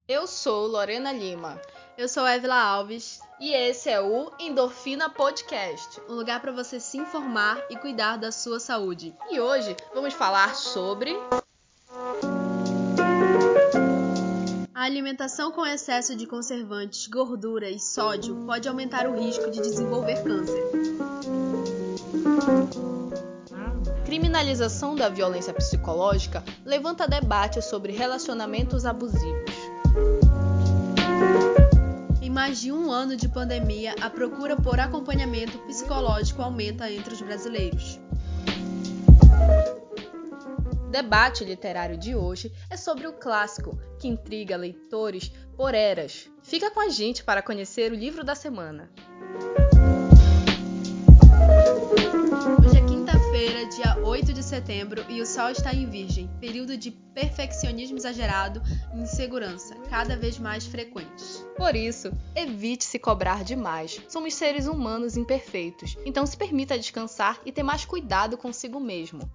Eu sou Lorena Lima. Eu sou Évila Alves. E esse é o Endorfina Podcast, um lugar para você se informar e cuidar da sua saúde. E hoje vamos falar sobre a alimentação com excesso de conservantes, gordura e sódio pode aumentar o risco de desenvolver câncer. Criminalização da violência psicológica levanta debate sobre relacionamentos abusivos. Em mais de um ano de pandemia, a procura por acompanhamento psicológico aumenta entre os brasileiros. O debate literário de hoje é sobre o clássico, que intriga leitores por eras. Fica com a gente para conhecer o livro da semana. Hoje é quinta-feira, dia 8 de setembro, e o sol está em Virgem, período de perfeccionismo exagerado e insegurança, cada vez mais frequentes. Por isso, evite se cobrar demais. Somos seres humanos imperfeitos, então se permita descansar e ter mais cuidado consigo mesmo.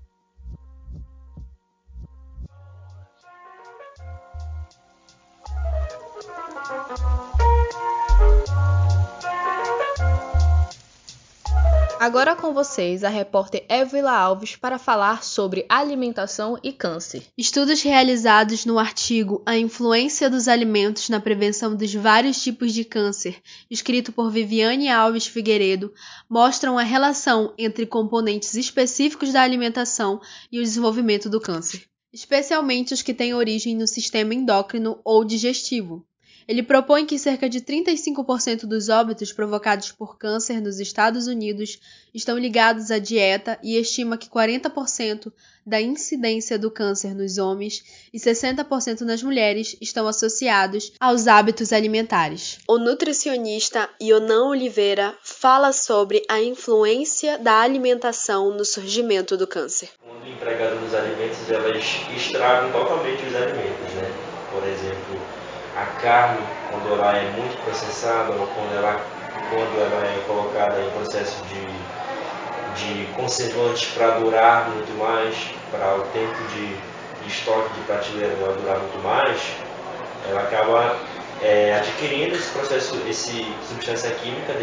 Agora com vocês, a repórter Évila Alves para falar sobre alimentação e câncer. Estudos realizados no artigo A Influência dos Alimentos na Prevenção dos Vários Tipos de Câncer, escrito por Viviane Alves Figueiredo, mostram a relação entre componentes específicos da alimentação e o desenvolvimento do câncer, especialmente os que têm origem no sistema endócrino ou digestivo. Ele propõe que cerca de 35% dos óbitos provocados por câncer nos Estados Unidos estão ligados à dieta e estima que 40% da incidência do câncer nos homens e 60% nas mulheres estão associados aos hábitos alimentares. O nutricionista Yonan Oliveira fala sobre a influência da alimentação no surgimento do câncer. Quando empregado nos alimentos, elas estragam totalmente os alimentos, né? Por exemplo, a carne, quando ela é muito processada ou quando ela é colocada em processo de conservantes para durar muito mais, para o tempo de estoque de prateleira dela durar muito mais, ela acaba adquirindo esse processo, essa substância química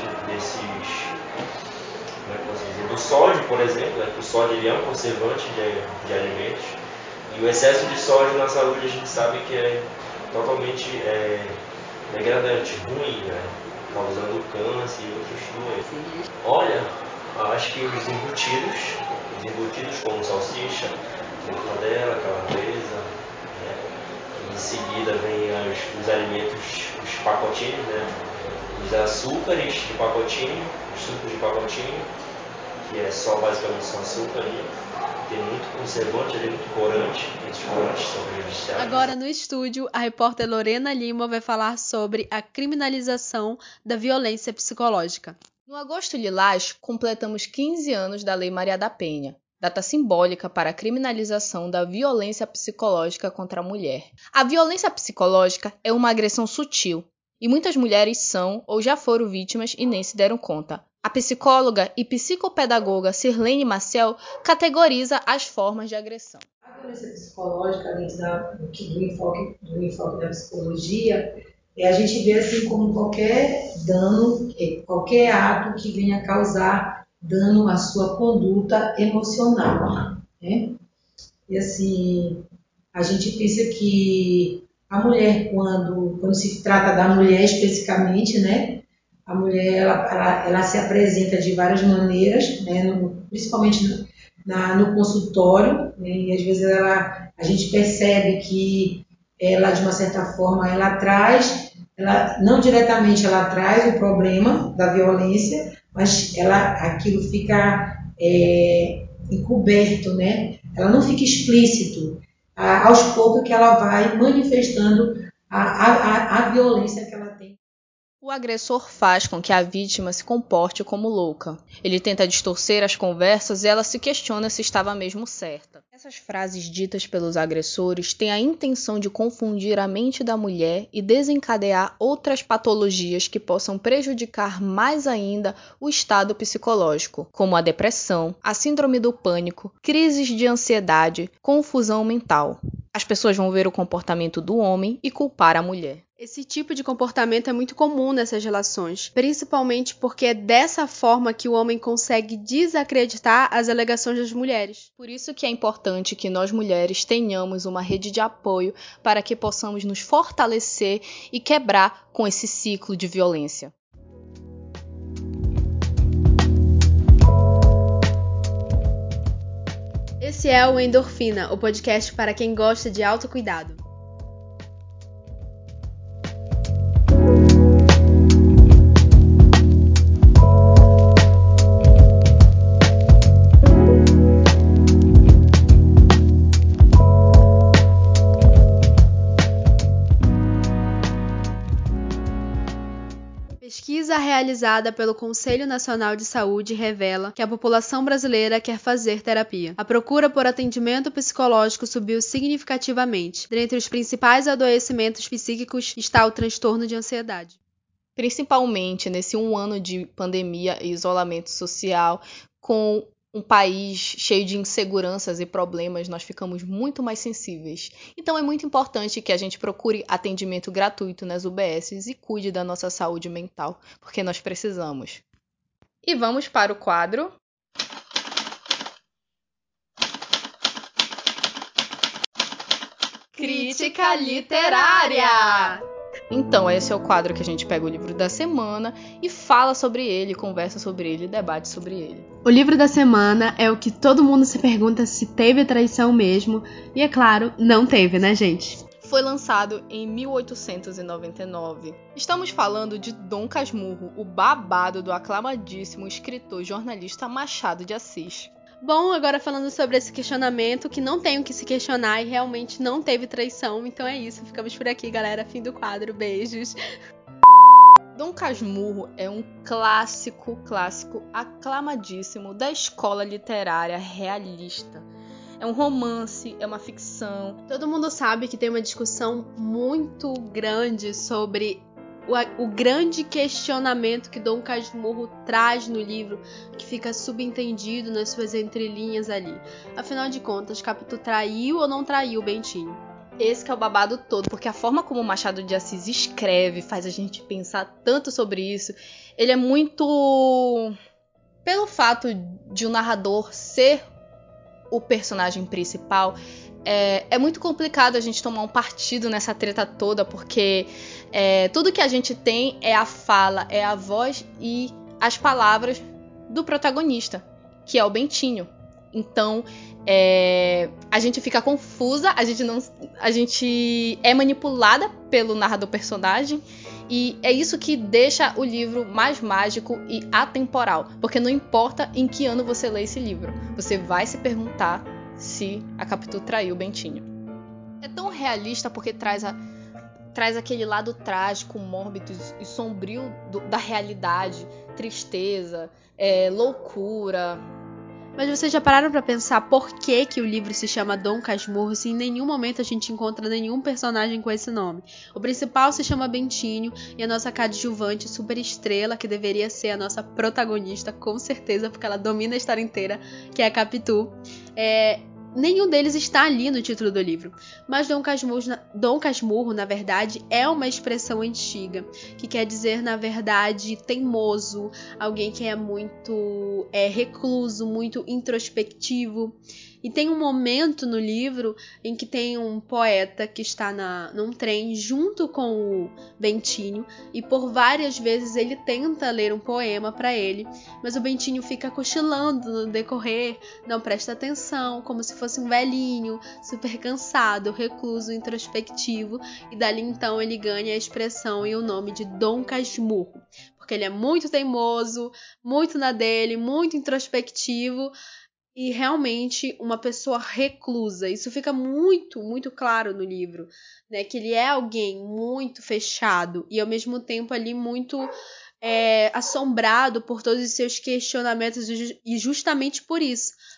do sódio, por exemplo, né? O sódio ele é um conservante de alimentos, e o excesso de sódio na saúde a gente sabe que é totalmente degradante, ruim, né? Causando câncer e outras doenças. Olha, acho que os embutidos como salsicha, mortadela, calabresa, né? Em seguida vem os alimentos, os pacotinhos, né? Os açúcares de pacotinho, os sucos de pacotinho, que é basicamente só açúcar ali. Tem muito conservante ali, muito corante, esses corantes são prejudiciais. Agora no estúdio, a repórter Lorena Lima vai falar sobre a criminalização da violência psicológica. No agosto lilás, completamos 15 anos da Lei Maria da Penha, data simbólica para a criminalização da violência psicológica contra a mulher. A violência psicológica é uma agressão sutil, e muitas mulheres são ou já foram vítimas e nem se deram conta. A psicóloga e psicopedagoga Sirlene Maciel categoriza as formas de agressão. A violência psicológica, dentro do enfoque da psicologia, a gente vê assim como qualquer dano, qualquer ato que venha causar dano à sua conduta emocional, né? E assim, a gente pensa que a mulher, quando se trata da mulher especificamente, né? A mulher ela se apresenta de várias maneiras, né? Principalmente no consultório, né? E às vezes a gente percebe que ela, de uma certa forma, não diretamente ela traz o problema da violência, mas aquilo fica encoberto, né? Ela não fica explícito, aos poucos que ela vai manifestando a violência que ela tem. O agressor faz com que a vítima se comporte como louca. Ele tenta distorcer as conversas e ela se questiona se estava mesmo certa. Essas frases ditas pelos agressores têm a intenção de confundir a mente da mulher e desencadear outras patologias que possam prejudicar mais ainda o estado psicológico, como a depressão, a síndrome do pânico, crises de ansiedade, confusão mental. As pessoas vão ver o comportamento do homem e culpar a mulher. Esse tipo de comportamento é muito comum nessas relações, principalmente porque é dessa forma que o homem consegue desacreditar as alegações das mulheres. Por isso que é importante que nós mulheres tenhamos uma rede de apoio para que possamos nos fortalecer e quebrar com esse ciclo de violência. Esse é o Endorfina, o podcast para quem gosta de autocuidado. Pesquisa realizada pelo Conselho Nacional de Saúde revela que a população brasileira quer fazer terapia. A procura por atendimento psicológico subiu significativamente. Dentre os principais adoecimentos psíquicos está o transtorno de ansiedade. Principalmente nesse 1 ano de pandemia e isolamento social, com um país cheio de inseguranças e problemas, nós ficamos muito mais sensíveis. Então é muito importante que a gente procure atendimento gratuito nas UBSs e cuide da nossa saúde mental, porque nós precisamos. E vamos para o quadro Crítica Literária! Então, esse é o quadro que a gente pega o livro da semana e fala sobre ele, conversa sobre ele, debate sobre ele. O livro da semana é o que todo mundo se pergunta se teve traição mesmo, e é claro, não teve, né, gente? Foi lançado em 1899. Estamos falando de Dom Casmurro, o babado do aclamadíssimo escritor e jornalista Machado de Assis. Bom, agora falando sobre esse questionamento, que não tem o que se questionar e realmente não teve traição, então é isso, ficamos por aqui, galera, fim do quadro, beijos. Dom Casmurro é um clássico aclamadíssimo da escola literária realista. É um romance, é uma ficção. Todo mundo sabe que tem uma discussão muito grande sobre o grande questionamento que Dom Casmurro traz no livro, que fica subentendido nas suas entrelinhas ali. Afinal de contas, Capitu traiu ou não traiu Bentinho? Esse que é o babado todo, porque a forma como Machado de Assis escreve faz a gente pensar tanto sobre isso. Ele é muito... Pelo fato de o narrador ser o personagem principal, é muito complicado a gente tomar um partido nessa treta toda, porque tudo que a gente tem é a fala, é a voz e as palavras do protagonista, que é o Bentinho. Então, a gente fica confusa, a gente é manipulada pelo narrador personagem, e é isso que deixa o livro mais mágico e atemporal, porque não importa em que ano você lê esse livro, você vai se perguntar se a Capitu traiu o Bentinho. É tão realista porque traz aquele lado trágico, mórbido e sombrio da realidade, tristeza, loucura. Mas vocês já pararam pra pensar por que o livro se chama Dom Casmurro se em nenhum momento a gente encontra nenhum personagem com esse nome? O principal se chama Bentinho e a nossa coadjuvante super estrela, que deveria ser a nossa protagonista, com certeza, porque ela domina a história inteira, que é a Capitu. Nenhum deles está ali no título do livro. Mas Dom Casmurro, na verdade, é uma expressão antiga, que quer dizer, na verdade, teimoso, alguém que é muito recluso, muito introspectivo. E tem um momento no livro em que tem um poeta que está num trem junto com o Bentinho, e por várias vezes ele tenta ler um poema para ele, mas o Bentinho fica cochilando no decorrer, não presta atenção, como se fosse um velhinho, super cansado, recluso, introspectivo, e dali então ele ganha a expressão e o nome de Dom Casmurro, porque ele é muito teimoso, muito na dele, muito introspectivo, e realmente uma pessoa reclusa. Isso fica muito, muito claro no livro, né? Que ele é alguém muito fechado e ao mesmo tempo ali muito assombrado por todos os seus questionamentos, e justamente por isso,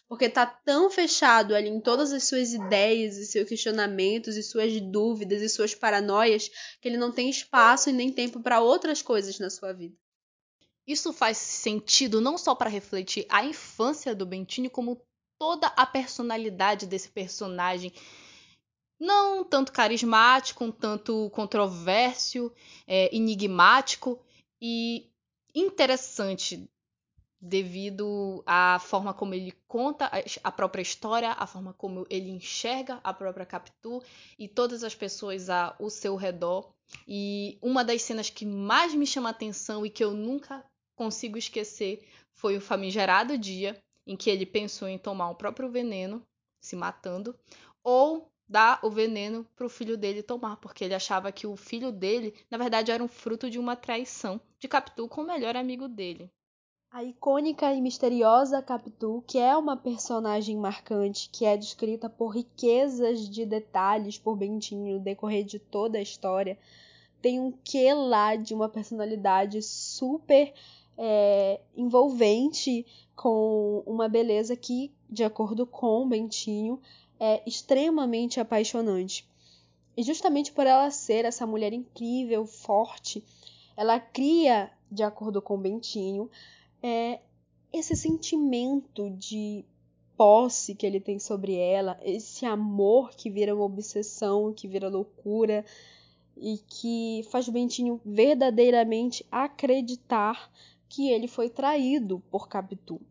porque tá tão fechado ali em todas as suas ideias e seus questionamentos e suas dúvidas e suas paranoias que ele não tem espaço e nem tempo para outras coisas na sua vida. Isso faz sentido não só para refletir a infância do Bentinho, como toda a personalidade desse personagem, não tanto carismático, um tanto controvérsio, enigmático e interessante, devido à forma como ele conta a própria história, a forma como ele enxerga a própria Capitu e todas as pessoas ao seu redor. E uma das cenas que mais me chama a atenção e que eu nunca consigo esquecer foi o famigerado dia em que ele pensou em tomar o próprio veneno, se matando, ou dar o veneno para o filho dele tomar, porque ele achava que o filho dele, na verdade, era um fruto de uma traição de Capitu com o melhor amigo dele. A icônica e misteriosa Capitu, que é uma personagem marcante, que é descrita por riquezas de detalhes por Bentinho no decorrer de toda a história, tem um quê lá de uma personalidade super envolvente, com uma beleza que, de acordo com Bentinho, é extremamente apaixonante. E justamente por ela ser essa mulher incrível, forte, ela cria, de acordo com Bentinho, esse sentimento de posse que ele tem sobre ela, esse amor que vira uma obsessão, que vira loucura e que faz o Bentinho verdadeiramente acreditar que ele foi traído por Capitu.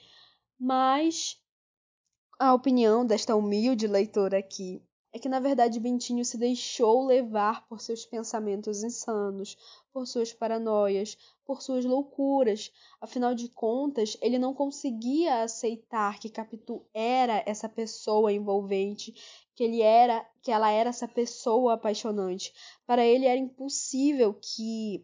Mas a opinião desta humilde leitora aqui é que, na verdade, Bentinho se deixou levar por seus pensamentos insanos, por suas paranoias, por suas loucuras. Afinal de contas, ele não conseguia aceitar que Capitu era essa pessoa envolvente, que ela era essa pessoa apaixonante. Para ele era impossível que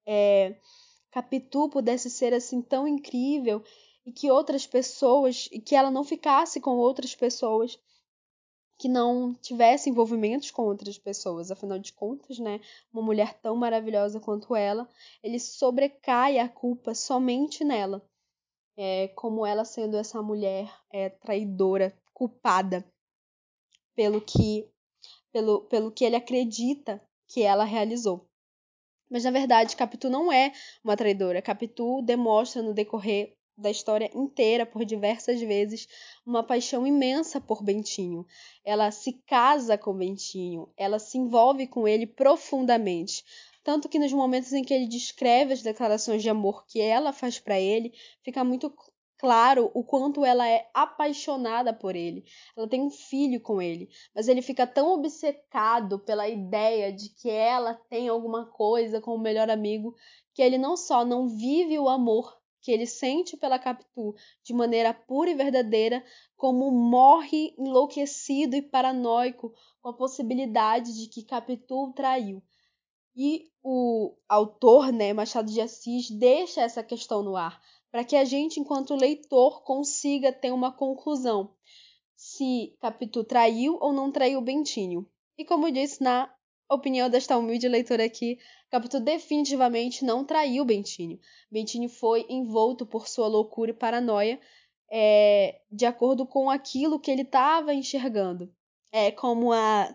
Capitu pudesse ser assim tão incrível e que outras pessoas, e que ela não ficasse com outras pessoas, que não tivesse envolvimentos com outras pessoas. Afinal de contas, né, uma mulher tão maravilhosa quanto ela, ele sobrecai a culpa somente nela, como ela sendo essa mulher traidora, culpada pelo que ele acredita que ela realizou. Mas, na verdade, Capitu não é uma traidora. Capitu demonstra no decorrer da história inteira, por diversas vezes, uma paixão imensa por Bentinho. Ela se casa com Bentinho, ela se envolve com ele profundamente. Tanto que nos momentos em que ele descreve as declarações de amor que ela faz para ele, fica muito claro o quanto ela é apaixonada por ele. Ela tem um filho com ele, mas ele fica tão obcecado pela ideia de que ela tem alguma coisa com o melhor amigo, que ele não só não vive o amor que ele sente pela Capitu de maneira pura e verdadeira, como morre enlouquecido e paranoico com a possibilidade de que Capitu o traiu. E o autor, Machado de Assis, deixa essa questão no ar, para que a gente, enquanto leitor, consiga ter uma conclusão se Capitu traiu ou não traiu Bentinho. E como eu disse, na opinião desta humilde leitora aqui, Capitu definitivamente não traiu Bentinho. Bentinho foi envolto por sua loucura e paranoia, de acordo com aquilo que ele estava enxergando. Como a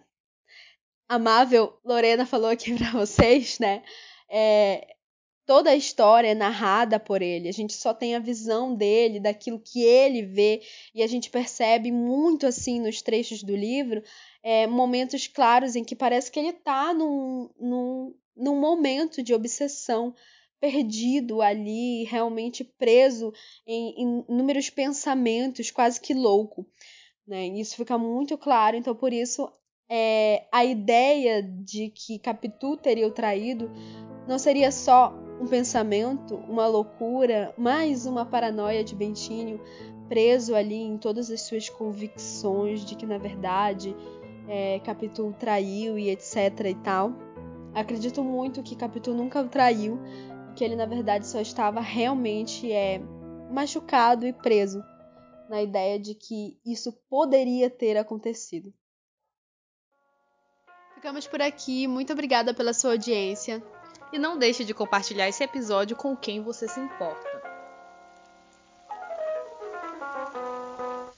amável Lorena falou aqui para vocês, né? Toda a história é narrada por ele, a gente só tem a visão dele, daquilo que ele vê, e a gente percebe muito assim nos trechos do livro, momentos claros em que parece que ele está num momento de obsessão, perdido ali, realmente preso em inúmeros pensamentos, quase que louco, né? Isso fica muito claro, então por isso a ideia de que Capitu teria o traído não seria só um pensamento, uma loucura, mais uma paranoia de Bentinho preso ali em todas as suas convicções de que, na verdade, Capitu o traiu e etc e tal. Acredito muito que Capitu nunca o traiu e que ele, na verdade, só estava realmente machucado e preso na ideia de que isso poderia ter acontecido. Ficamos por aqui. Muito obrigada pela sua audiência. E não deixe de compartilhar esse episódio com quem você se importa.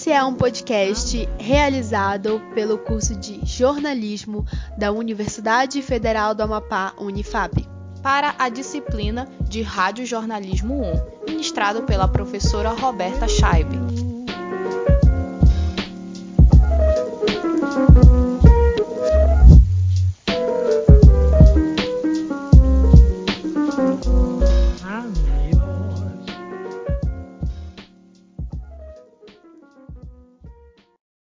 Esse é um podcast realizado pelo curso de jornalismo da Universidade Federal do Amapá, Unifap, para a disciplina de Rádio Jornalismo 1, ministrado pela professora Roberta Scheibe.